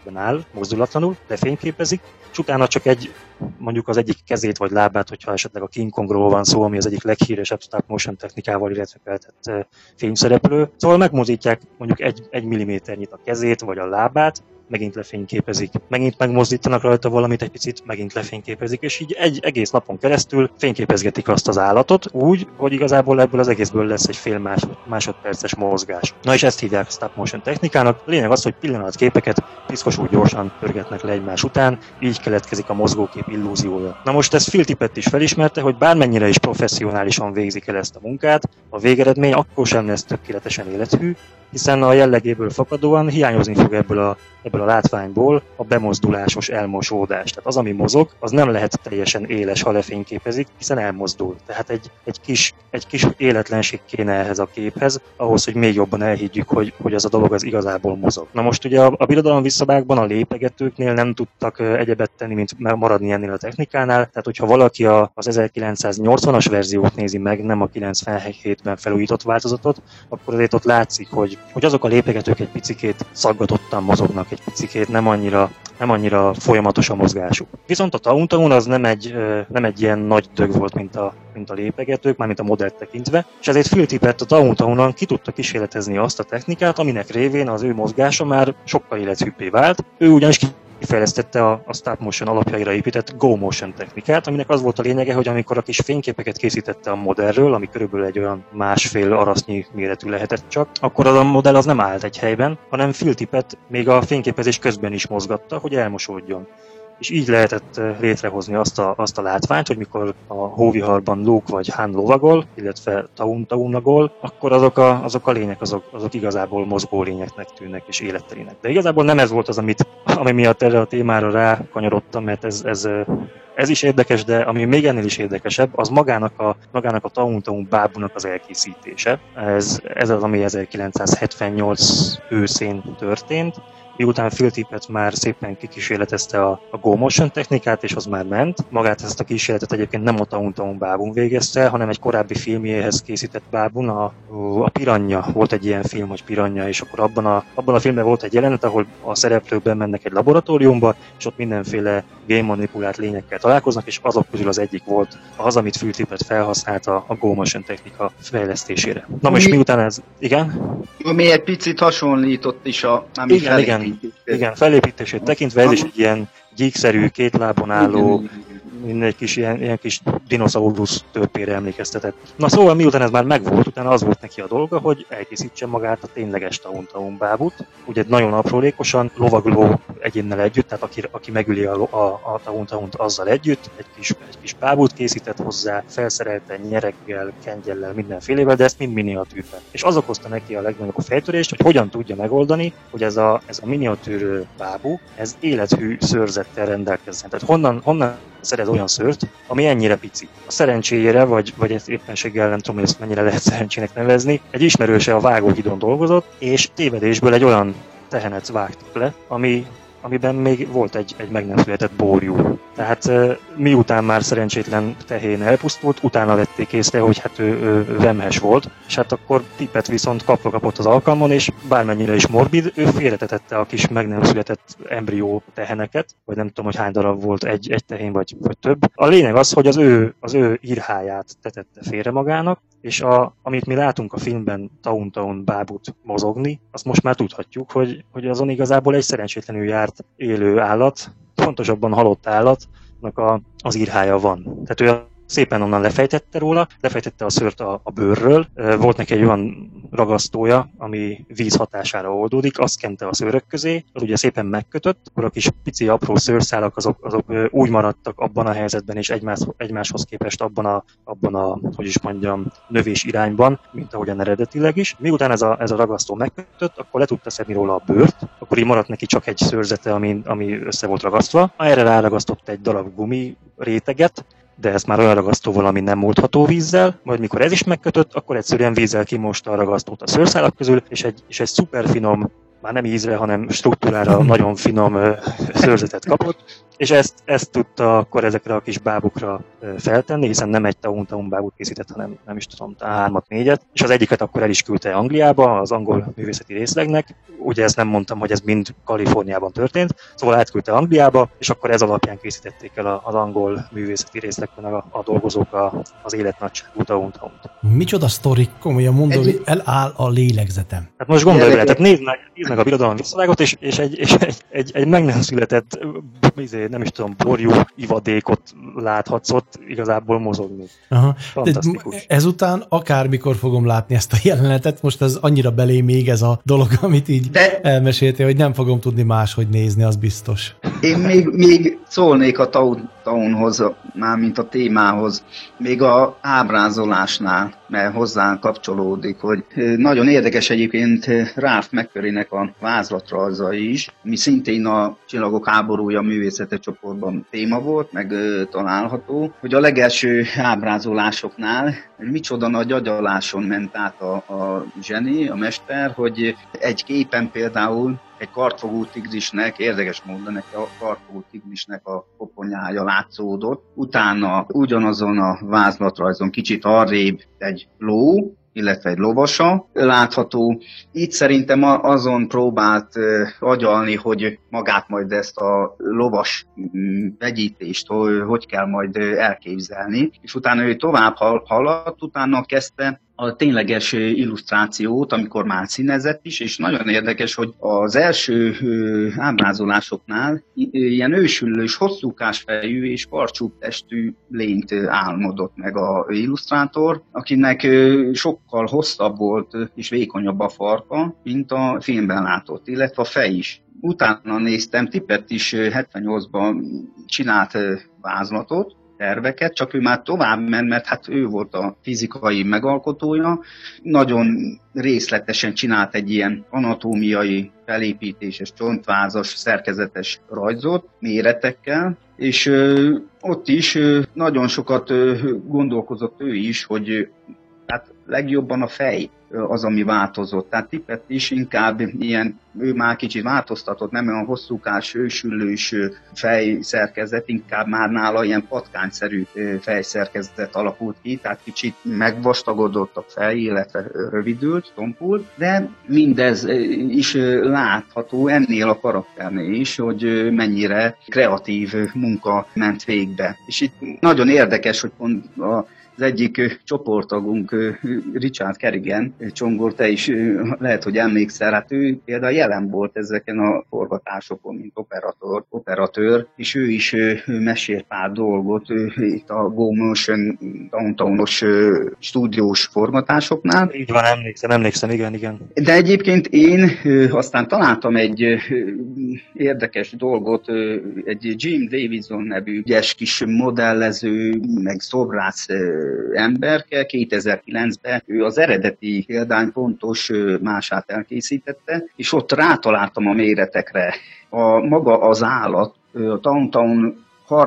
helyzetben áll, mozdulatlanul, lefényképezik, és utána csak mondjuk az egyik kezét vagy lábát, hogyha esetleg a King Kongról van szó, ami az egyik leghíresebb stop motion technikával illetve feltett filmszereplő. Szóval megmozdítják mondjuk egy milliméternyit a kezét vagy a lábát, megint lefényképezik, megint megmozdítanak rajta valamit egy picit, megint lefényképezik, és így egy egész napon keresztül fényképezgetik azt az állatot úgy, hogy igazából ebből az egészből lesz egy fél másodperces mozgás. Na és ezt hívják stop motion technikának. A lényeg az, hogy pillanatképeket piszkosul gyorsan pörgetnek le egymás után, így keletkezik a mozgókép illúziója. Na most ezt Phil Tippett is felismerte, hogy bármennyire is professzionálisan végzik el ezt a munkát, a végeredmény akkor sem lesz tökéletesen élethű, hiszen a jellegéből fakadóan hiányozni fog ebből a látványból a bemozdulásos elmosódás. Tehát az, ami mozog, az nem lehet teljesen éles, ha lefényképezik, hiszen elmozdul. Tehát egy kis életlenség kéne ehhez a képhez, ahhoz, hogy még jobban elhiggyük, hogy az a dolog az igazából mozog. Na most ugye a birodalom visszabákban a lépegetőknél nem tudtak egyebet tenni, mint maradni ennél a technikánál. Tehát, hogyha valaki az 1980-as verziót nézi meg, nem a 97-ben felújított változatot, akkor azért ott látszik, hogy azok a lépegetők egy picikét szaggatottan mozognak, egy picikét nem annyira folyamatos a mozgásuk. Viszont a Tauntaun az nem egy ilyen nagy dög volt, mint a lépegetők, mármint a modellt tekintve, és ezért Phil Tippett a Tauntaunon ki tudta kísérletezni azt a technikát, aminek révén az ő mozgása már sokkal élethűbbé vált. Ő ugyanis kifejlesztette a stop motion alapjaira épített Go Motion technikát, aminek az volt a lényege, hogy amikor a kis fényképeket készítette a modellről, ami körülbelül egy olyan 1,5 arasznyi méretű lehetett csak, akkor az a modell az nem állt egy helyben, hanem Phil Tippett még a fényképezés közben is mozgatta, hogy elmosódjon. És így lehetett létrehozni azt a látványt, hogy mikor a hóviharban Luke vagy Han lovagol, illetve Tauntaunagol, akkor azok a lények, azok igazából mozgó lényeknek tűnnek és élettelinek. De igazából nem ez volt az, ami miatt erre a témára rákanyarodtam, mert ez is érdekes, de ami még ennél is érdekesebb, az magának a Tauntaun bábunak az elkészítése. Ez az, ami 1978 őszén történt. Miután Phil Tippett már szépen kikísérletezte a Go Motion technikát, és az már ment. Magát ezt a kísérletet egyébként nem a Tauntaun bábun végezte, hanem egy korábbi filmjéhez készített bábun, a Piranha. Volt egy ilyen film, hogy Piranha, és akkor abban a filmben volt egy jelenet, ahol a szereplők bemennek egy laboratóriumba, és ott mindenféle génmanipulált lényekkel találkoznak, és azok közül az egyik volt az, amit Phil Tippett felhasznált a Go Motion technika fejlesztésére. Na most miután ez... Igen? Ami egy picit hasonlított is Igen, felépítését tekintve ez is egy ilyen gyíkszerű, két lábon álló, egy kis ilyen kis dinoszaurusz törpére emlékeztetett. Na szóval miután ez már megvolt, utána az volt neki a dolga, hogy elkészítse magát a tényleges Tauntaun bábut. Ugye nagyon aprólékosan, lovagló egyénnel együtt, tehát aki megüli a Tauntaunt azzal együtt, egy kis bábut készített hozzá, felszerelte nyereggel, kengyellel, mindenfélevel, de ezt mind miniatűrben. És az okozta neki a legnagyobb fejtörést, hogy hogyan tudja megoldani, hogy ez a miniatűr bábú, ez élethű szőrzettel rendelkezzen. Tehát honnan szerez olyan szőrt, ami ennyire pici. A szerencséjére, vagy ezt éppenséggel nem tudom, hogy ezt mennyire lehet szerencsének nevezni, egy ismerőse a vágóhidon dolgozott, és tévedésből egy olyan tehenet vágtak le, amiben még volt egy meg nem született bórjú. Tehát miután már szerencsétlen tehén elpusztult, utána vették észre, hogy hát ő vemhes volt, és hát akkor Tippett viszont kapva kapott az alkalmon, és bármennyire is morbid, ő félretetette a kis meg nem született embrió teheneket, vagy nem tudom, hogy hány darab volt, egy tehén vagy több. A lényeg az, hogy az ő írháját tetette félre magának, és amit mi látunk a filmben Tauntaun bábut mozogni, azt most már tudhatjuk, hogy azon igazából egy szerencsétlenül járt élő állat, pontosabban halott állatnak az írhája van. Tehát ő szépen onnan lefejtette a szőrt a bőrről, volt neki egy olyan ragasztója, ami víz hatására oldódik, azt kente a szőrök közé, az ugye szépen megkötött, akkor a kis pici apró szőrszálak azok úgy maradtak abban a helyzetben és egymáshoz képest abban a hogy is mondjam, növés irányban, mint ahogyan eredetileg is. Miután ez a ragasztó megkötött, akkor le tudta szedni róla a bőrt, akkor így maradt neki csak egy szőrzete, ami össze volt ragasztva. Erre ráragasztott egy darab gumi réteget, de ezt már olyan ragasztóval, ami nem oldható vízzel, majd mikor ez is megkötött, akkor egyszerűen vízzel kimosta a ragasztót a szőrszálak közül, és egy szuper finom, már nem ízre, hanem struktúrára nagyon finom szőrzetet kapott, És ezt tudta akkor ezekre a kis bábukra feltenni, hiszen nem egy Taun bábút készített, hanem nem is tudom, 3-4, és az egyiket akkor el is küldte Angliába, az angol művészeti részlegnek. Ugye ezt nem mondtam, hogy ez mind Kaliforniában történt, szóval átküldte Angliába, és akkor ez alapján készítették el az angol művészeti részlegben a dolgozók az életnagyságú Taunt. Micsoda sztori, komolyan mondom, hogy eláll a lélegzetem. Hát most gondolj bele, tehát nézd meg a birodalom visszavágott, és egy meg nem született, nem is tudom, borjú ivadékot láthatsz ott igazából mozogni. Aha. Fantasztikus. Ezután akármikor fogom látni ezt a jelenetet, most ez annyira belé még ez a dolog, amit így elmeséltél, hogy nem fogom tudni máshogy nézni, az biztos. Én még szólnék a Taunhoz, mármint a témához, még a ábrázolásnál, mert hozzá kapcsolódik, hogy nagyon érdekes egyébként Ralph McQuarrie-nek a vázlatrajza is, mi szintén a Csillagok háborúja művészete csoportban téma volt, meg található, hogy a legelső ábrázolásoknál micsoda nagy agyaláson ment át a zseni, a mester, hogy egy képen például egy kartfogó tigrisnek, érdekes módon neki a kartfogó tigrisnek a koponyája látszódott. Utána ugyanazon a vázlatrajzon kicsit arrébb egy ló, illetve egy lovasa látható. Itt szerintem azon próbált agyalni, hogy magát majd ezt a lovas vegyítést, hogy kell majd elképzelni. És utána ő tovább haladt, utána kezdte a tényleges illusztrációt, amikor már színezett is, és nagyon érdekes, hogy az első ábrázolásoknál ilyen ősülős, hosszúkásfejű és karcsú testű lényt álmodott meg az illusztrátor, akinek sokkal hosszabb volt és vékonyabb a farka, mint a filmben látott, illetve a fej is. Utána néztem, Tippett is 78-ban csinált vázlatot, terveket, csak ő már tovább ment, mert hát ő volt a fizikai megalkotója. Nagyon részletesen csinált egy ilyen anatómiai felépítéses, csontvázas, szerkezetes rajzot méretekkel, és ott is nagyon sokat gondolkozott ő is, hogy hát legjobban a fej az, ami változott. Tehát Tippett is inkább ilyen, ő már kicsit változtatott, nem olyan hosszúkás, ősülős fejszerkezet, inkább már nála ilyen patkányszerű fejszerkezet alakult ki, tehát kicsit megvastagodott a fej, illetve rövidült, tompult, de mindez is látható ennél a karakternél is, hogy mennyire kreatív munka ment végbe. És itt nagyon érdekes, hogy pont az egyik csoporttagunk, Richard Kerrigan, Csongor, te is lehet, hogy emlékszel, hát ő például jelen volt ezeken a forgatásokon, mint operatőr, és ő is mesélt pár dolgot itt a Go Motion Downtownos stúdiós forgatásoknál. Így van, emlékszem, igen. De egyébként én aztán találtam egy érdekes dolgot, egy Jim Davidson nevű ügyes kis modellező, meg szobrász emberke 2009-ben, ő az eredeti példány pontos mását elkészítette, és ott rátaláltam a méretekre. Maga az állat, a Tauntaun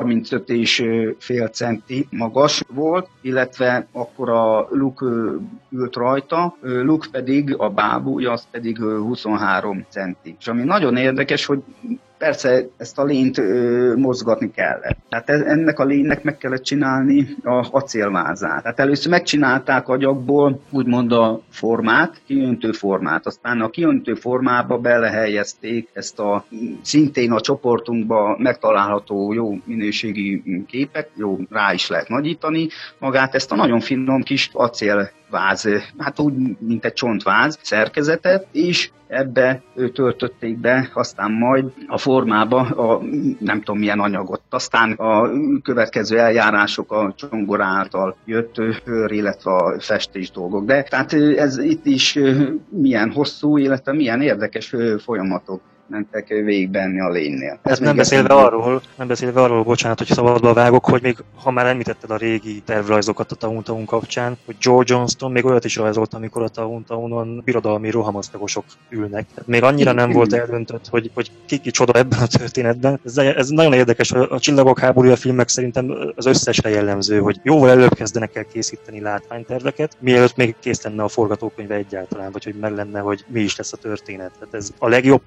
35,5 centi magas volt, illetve akkor a Luke ült rajta, Luke pedig, a bábúja, az pedig 23 centi. És ami nagyon érdekes, hogy persze ezt a lényt mozgatni kellett. Tehát ennek a lénynek meg kellett csinálni a acélvázát. Tehát először megcsinálták agyagból úgymond a formát, kiöntő formát. Aztán a kiöntő formába belehelyezték ezt a szintén a csoportunkban megtalálható jó minőségi képek, jó, rá is lehet nagyítani magát, ezt a nagyon finom kis acélváz, hát úgy, mint egy csontváz szerkezetet, és ebbe töltötték be, aztán majd a formába a nem tudom milyen anyagot. Aztán a következő eljárások a Csongor által jött hőr, illetve a festés dolgok. De tehát ez itt is milyen hosszú, illetve milyen érdekes folyamatok mentek végigbenni a lénynél. Nem beszélve arról, bocsánat, hogy szabadba vágok, hogy még ha már említetted a régi tervrajzokat a Tauntaun kapcsán, hogy George Johnston még olyat is rajzolt, amikor a Tauntaunon birodalmi rohamosztagosok ülnek. Tehát még annyira nem volt eldöntött, hogy ki csoda ebben a történetben. Ez nagyon érdekes, a Csillagok háborúja filmek szerintem az összesre jellemző, hogy jóval előbb kezdenek el készíteni látványterveket, mielőtt még kész lenne a forgatókönyve egyáltalán, vagy hogy meg lenne, hogy mi is lesz a történet. Tehát ez a legjobb példa szerintem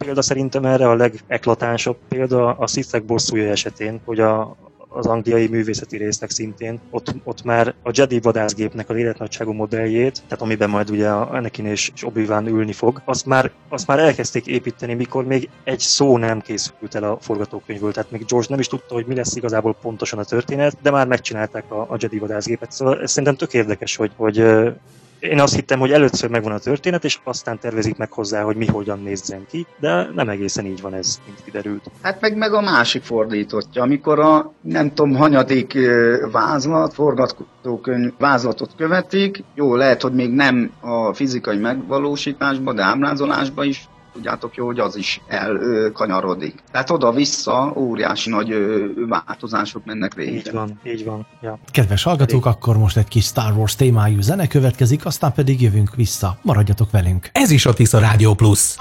Szerintem erre a legeklatánsabb példa a Sithek bosszúja esetén, hogy az angliai művészeti résznek szintén, ott már a Jedi vadászgépnek a életnagyságú modelljét, tehát amiben majd ugye Anakin és Obi-Wan ülni fog, azt már elkezdték építeni, mikor még egy szó nem készült el a forgatókönyvből, tehát még George nem is tudta, hogy mi lesz igazából pontosan a történet, de már megcsinálták a Jedi vadászgépet. Szóval ez szerintem tök érdekes, hogy én azt hittem, hogy először megvan a történet, és aztán tervezik meg hozzá, hogy mi hogyan nézzen ki, de nem egészen így van ez, mint kiderült. Hát meg a másik fordítottja, amikor a nem tudom, hanyadik forgatókönyv vázlatot követik, jó, lehet, hogy még nem a fizikai megvalósításba, de ábrázolásba is, tudjátok jó, hogy az is elkanyarodik. Tehát oda-vissza óriási nagy változások mennek végre. Így van. Ja. Kedves hallgatók, akkor most egy kis Star Wars témájú zene következik, aztán pedig jövünk vissza. Maradjatok velünk. Ez is a Tisza Rádió Plus.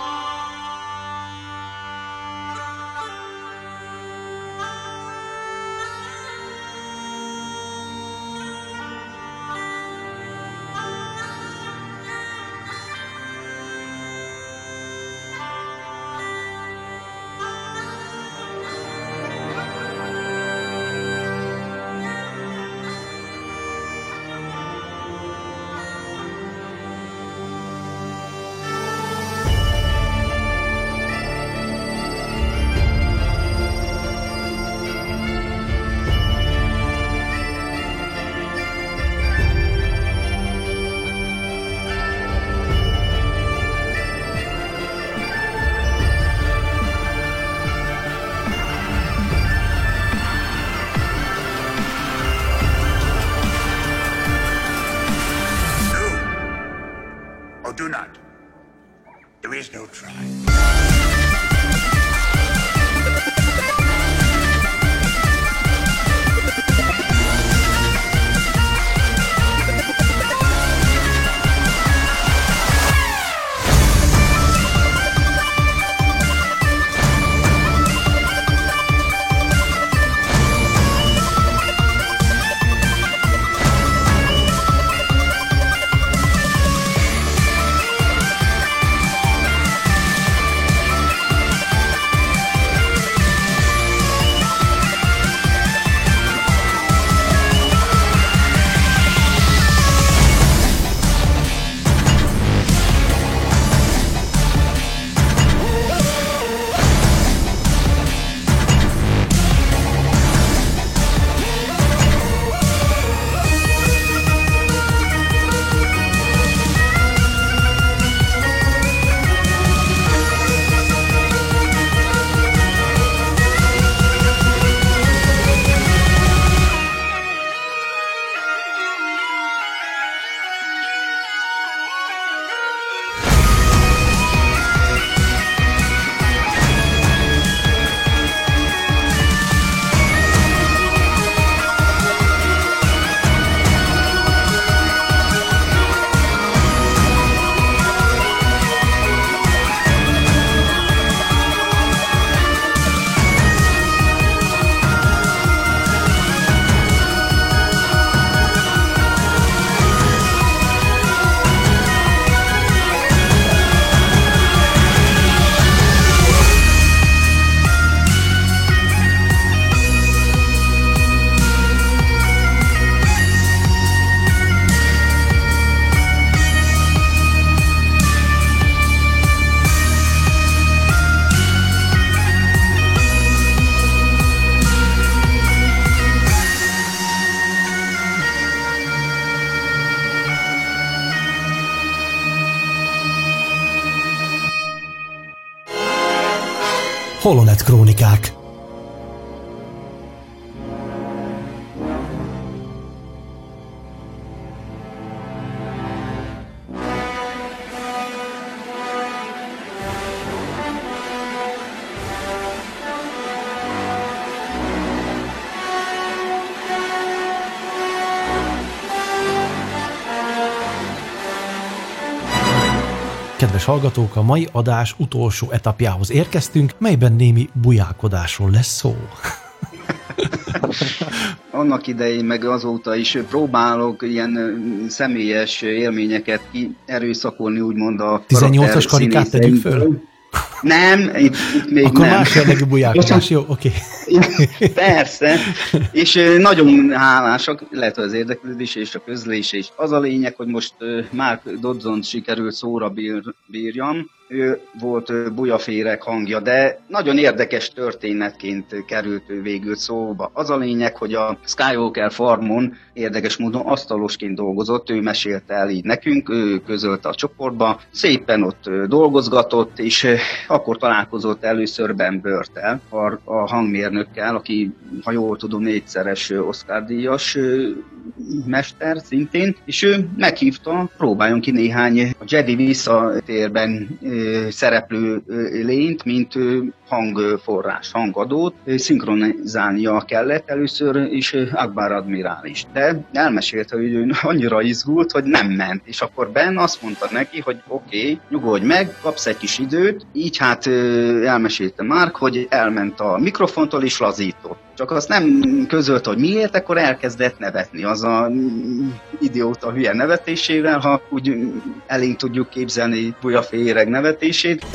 Do not. There is no try. Holonet Krónikák. Kedves hallgatók, a mai adás utolsó etapjához érkeztünk, melyben némi bujálkodásról lesz szó. Annak idején, meg azóta is próbálok ilyen személyes élményeket erőszakolni, úgymond a 18-as karikát tegyük föl? Nem, itt még akkor nem. más jellegű bujálkodás, jó, oké. Persze, és nagyon hálásak, lehet, hogy az érdeklődés és a közlés, és az a lényeg, hogy most Mark Dodson sikerült szóra bírjam, ő volt bujaféreg hangja, de nagyon érdekes történetként került ő végül szóba. Az a lényeg, hogy a Skywalker farmon érdekes módon asztalosként dolgozott, ő mesélte el így nekünk, ő közölte a csoportba, szépen ott dolgozgatott, és akkor találkozott először Ben Burtt-tel, a hangmérnökkel, aki, ha jól tudom, 4-szeres Oscar-díjas mester szintén, és ő meghívta, próbáljon ki néhány a Jedi visszatérben szereplő lényt, mint hangforrás, hangadót, szinkronizálnia kellett először is Akbar admirális. De elmesélte, hogy ő annyira izgult, hogy nem ment, és akkor Ben azt mondta neki, hogy oké, nyugodj meg, kapsz egy kis időt, így hát elmesélte Mark, hogy elment a mikrofontól és lazított. Csak azt nem közölt, hogy miért, akkor elkezdett nevetni az a idióta hülye nevetésével, ha úgy elénk tudjuk képzelni bujaféreg nevetését.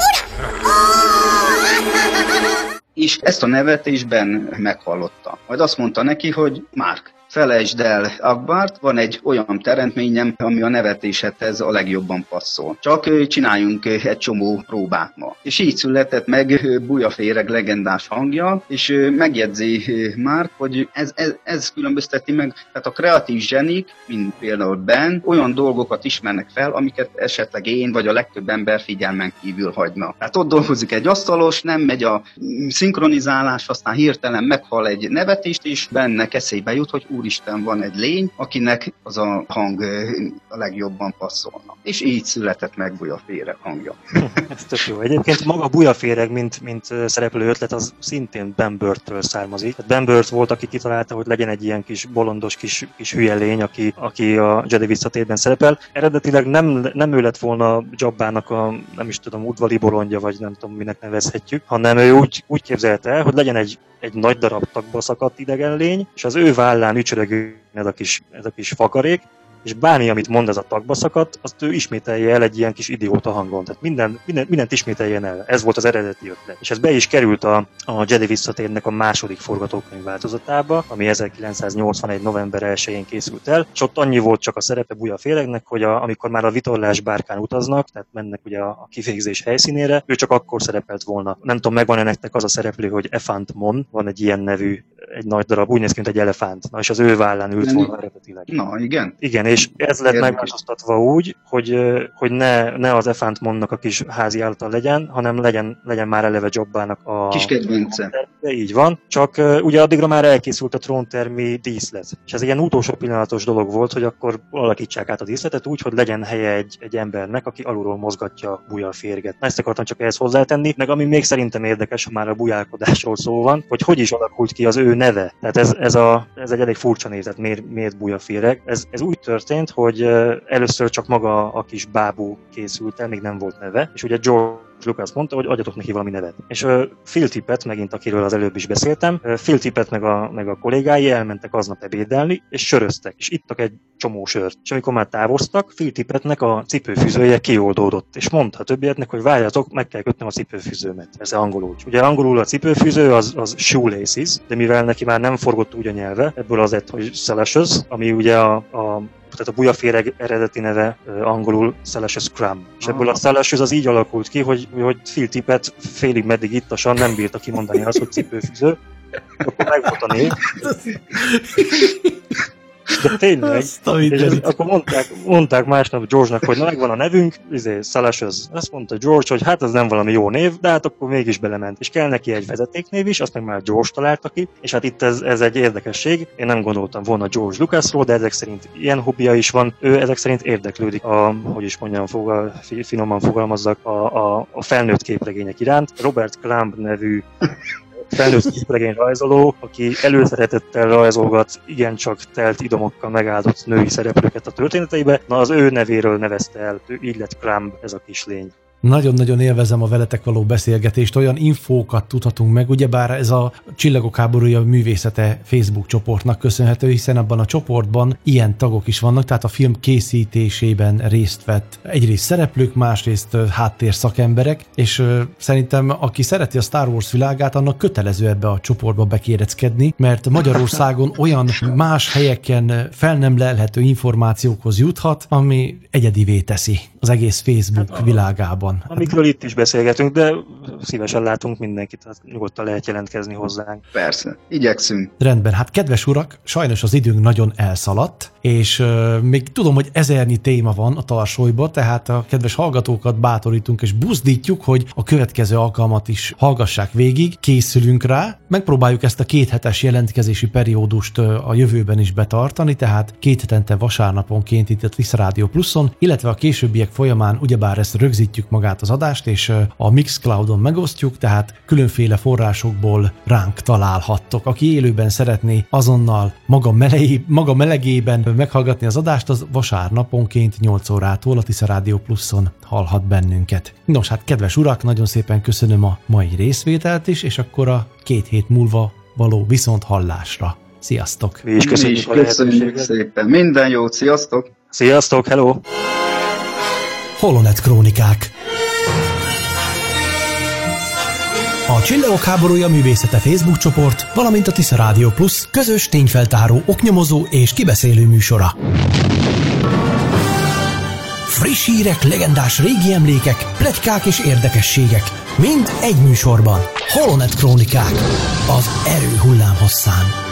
És ezt a nevetésben meghallotta. Majd azt mondta neki, hogy Mark, felejtsd el Akbart, van egy olyan teremtményem, ami a nevetésedhez a legjobban passzol. Csak csináljunk egy csomó próbát ma. És így született meg Bujaféreg legendás hangja, és megjegyzi Mark, hogy ez különbözteti meg, tehát a kreatív zsenik, mint például Ben, olyan dolgokat ismernek fel, amiket esetleg én vagy a legtöbb ember figyelmen kívül hagyna. Tehát ott dolgozik egy asztalos, nem megy a szinkronizálás, aztán hirtelen meghal egy nevetést, és bennek eszébe jut, hogy úristen, van egy lény, akinek az a hang a legjobban passzolna. És így született meg Bujaféreg hangja. Ez tök jó. Egyébként maga Bujaféreg, mint szereplő ötlet, az szintén Ben Burtt-től származik. Ben Burtt volt, aki kitalálta, hogy legyen egy ilyen kis bolondos, kis hülye lény, aki a Jedi visszatérben szerepel. Eredetileg nem ő lett volna Jabbának a, nem is tudom, udvari bolondja, vagy nem tudom, minek nevezhetjük, hanem ő úgy képzelte el, hogy legyen egy nagy darab tagba szakadt idegen lény, és az ő vállán ücsörögő ez a kis fakarék, és bármi, amit mond ez a tagba szakadt, azt ő ismételje el egy ilyen kis idióta hangon. Tehát mindent ismételjen el. Ez volt az eredeti ötlet. És ez be is került a Jedi visszatérnek a második forgatókönyv változatába, ami 1981. november 1-én készült el, és ott annyi volt csak a szerepe Bujaféregnek, hogy amikor már a vitorlás bárkán utaznak, tehát mennek ugye a kivégzés helyszínére, ő csak akkor szerepelt volna. Nem tudom, megvan-e nektek az a szereplő, hogy Efant Mon, van egy ilyen nevű, egy nagy darab, úgy néz ki, mint egy elefánt. Na, és az ő vállán ült volna eredetileg. Na, igen. Igen, és ez lett megváltoztatva úgy, hogy ne az Efant Monnak a kis házi állata legyen, hanem legyen már eleve Jabbának a kis kedvence. Így van, csak ugye addigra már elkészült a tróntermi díszlet. És ez egy ilyen utolsó pillanatos dolog volt, hogy akkor alakítsák át a díszletet úgy, hogy legyen helye egy embernek, aki alulról mozgatja Bujaférget. Ezt akartam csak ehhez hozzátenni, meg ami még szerintem érdekes, ha már a bujálkodásról szó van, hogy is alakult ki az ő neve. Tehát ez egy elég furcsa nézet, miért Bujaféreg. Ez úgy történt, hogy először csak maga a kis bábú készült el, még nem volt neve, és ugye George Lucas mondta, hogy adjatok neki valami nevet. És Phil Tippett, megint akiről az előbb is beszéltem, Phil Tippett meg a kollégái elmentek aznap ebédelni, és söröztek, és ittak egy csomó sört. És amikor már távoztak, Phil Tippettnek a cipőfűzője kioldódott, és mondta a többieknek, hogy várjatok, meg kell kötnem a cipőfűzőmet. Ez angolul. Ugye angolul a cipőfűző az shoelaces, de mivel neki már nem forgott úgy a nyelve, ebből az lett, hogy slashes, ami ugye tehát a Bujaféreg eredeti neve angolul Salacious Crumb. És ebből a Salacious az így alakult ki, hogy Phil Tippett félig meddig ittasan nem bírta kimondani azt, hogy cipőfűző. Akkor meg volt a név. De tényleg. És akkor mondták másnap George-nak, hogy na megvan a nevünk, Salacious. Azt mondta George, hogy hát ez nem valami jó név, de hát akkor mégis belement. És kell neki egy vezetéknév is, azt meg már George találta ki, és hát itt ez egy érdekesség. Én nem gondoltam volna George Lucasról, de ezek szerint ilyen hobbija is van. Ő ezek szerint érdeklődik finoman fogalmazzak, a felnőtt képregények iránt. Robert Crumb nevű felnőtt képregény rajzoló, aki előszeretettel rajzolgat igencsak telt idomokkal megáldott női szereplőket a történeteibe. Na, az ő nevéről nevezte el, így lett Crumb, ez a kislény. Nagyon-nagyon élvezem a veletek való beszélgetést, olyan infókat tudhatunk meg, ugyebár ez a Csillagok háborúja művészete Facebook csoportnak köszönhető, hiszen abban a csoportban ilyen tagok is vannak, tehát a film készítésében részt vett egyrészt szereplők, másrészt háttér szakemberek, és szerintem aki szereti a Star Wars világát, annak kötelező ebbe a csoportba bekéreckedni, mert Magyarországon olyan más helyeken fel nem lelhető információkhoz juthat, ami egyedivé teszi az egész Facebook világában. Amikről itt is beszélgetünk, de szívesen látunk mindenkit, tehát nyugodtan lehet jelentkezni hozzánk. Persze, igyekszünk. Rendben, hát kedves urak, sajnos az időnk nagyon elszaladt, és még tudom, hogy ezernyi téma van a tarsolyban, tehát a kedves hallgatókat bátorítunk és buzdítjuk, hogy a következő alkalmat is hallgassák végig, készülünk rá, megpróbáljuk ezt a 2 hetes jelentkezési periódust a jövőben is betartani, tehát 2 hetente vasárnaponként itt a Tisza Rádió Pluszon, illetve a későbbiek folyamán ugyebár ezt rögzítjük magát az adást, és a Mixcloudon megosztjuk, tehát különféle forrásokból ránk találhattok. Aki élőben szeretné azonnal maga melegében meghallgatni az adást, az vasárnaponként 8 órától a Tisza Rádió Pluszon hallhat bennünket. Nos, hát kedves urak, nagyon szépen köszönöm a mai részvételt is, és akkor a 2 hét múlva való viszont hallásra. Sziasztok! Mi is köszönjük szépen. Minden jót, sziasztok! Sziasztok, hello! Holonet Krónikák. A Csillagok háborúja művészete Facebook csoport, valamint a Tisza Rádió Plus közös tényfeltáró, oknyomozó és kibeszélő műsora. Friss hírek, legendás régi emlékek, pletykák és érdekességek. Mind egy műsorban. Holonet Krónikák. Az erő hullámhosszán.